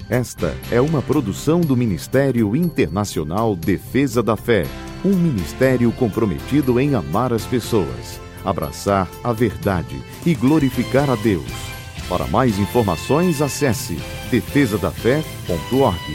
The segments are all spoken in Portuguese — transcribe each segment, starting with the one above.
Esta é uma produção do Ministério Internacional Defesa da Fé, um ministério comprometido em amar as pessoas, abraçar a verdade e glorificar a Deus. Para mais informações, acesse defesadafé.org.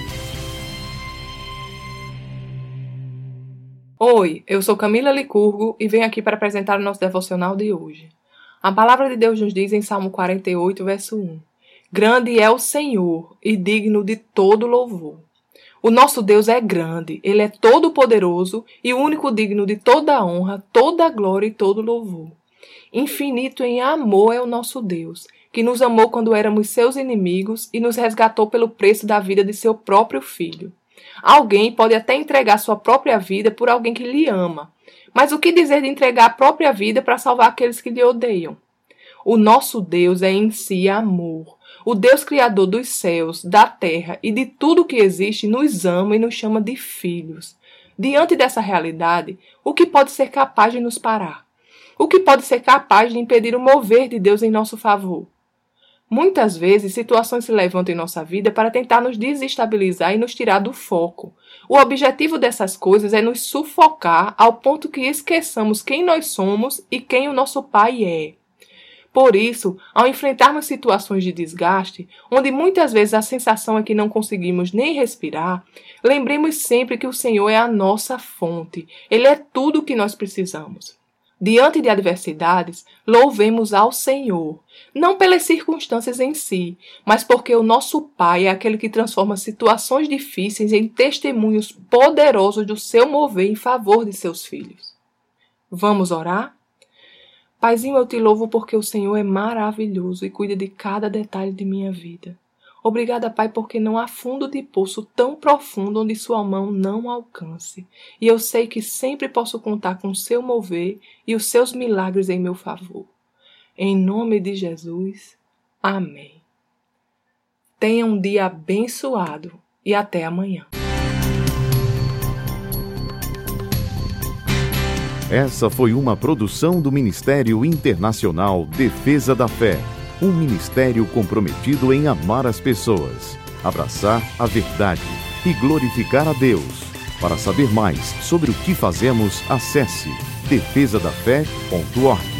Oi, eu sou Camila Licurgo e venho aqui para apresentar o nosso devocional de hoje. A palavra de Deus nos diz em Salmo 48, verso 1: Grande é o Senhor e digno de todo louvor. O nosso Deus é grande, Ele é todo-poderoso e o único digno de toda a honra, toda a glória e todo louvor. Infinito em amor é o nosso Deus, que nos amou quando éramos seus inimigos e nos resgatou pelo preço da vida de seu próprio Filho. Alguém pode até entregar sua própria vida por alguém que lhe ama, mas o que dizer de entregar a própria vida para salvar aqueles que lhe odeiam? O nosso Deus é em si amor. O Deus criador dos céus, da terra e de tudo que existe nos ama e nos chama de filhos. Diante dessa realidade, o que pode ser capaz de nos parar? O que pode ser capaz de impedir o mover de Deus em nosso favor? Muitas vezes, situações se levantam em nossa vida para tentar nos desestabilizar e nos tirar do foco. O objetivo dessas coisas é nos sufocar ao ponto que esqueçamos quem nós somos e quem o nosso Pai é. Por isso, ao enfrentarmos situações de desgaste, onde muitas vezes a sensação é que não conseguimos nem respirar, lembremos sempre que o Senhor é a nossa fonte. Ele é tudo o que nós precisamos. Diante de adversidades, louvemos ao Senhor, não pelas circunstâncias em si, mas porque o nosso Pai é aquele que transforma situações difíceis em testemunhos poderosos do seu mover em favor de seus filhos. Vamos orar? Paizinho, eu te louvo porque o Senhor é maravilhoso e cuida de cada detalhe de minha vida. Obrigada, Pai, porque não há fundo de poço tão profundo onde sua mão não alcance. E eu sei que sempre posso contar com o seu mover e os seus milagres em meu favor. Em nome de Jesus, amém. Tenha um dia abençoado e até amanhã. Essa foi uma produção do Ministério Internacional Defesa da Fé, um ministério comprometido em amar as pessoas, abraçar a verdade e glorificar a Deus. Para saber mais sobre o que fazemos, acesse defesadafé.org.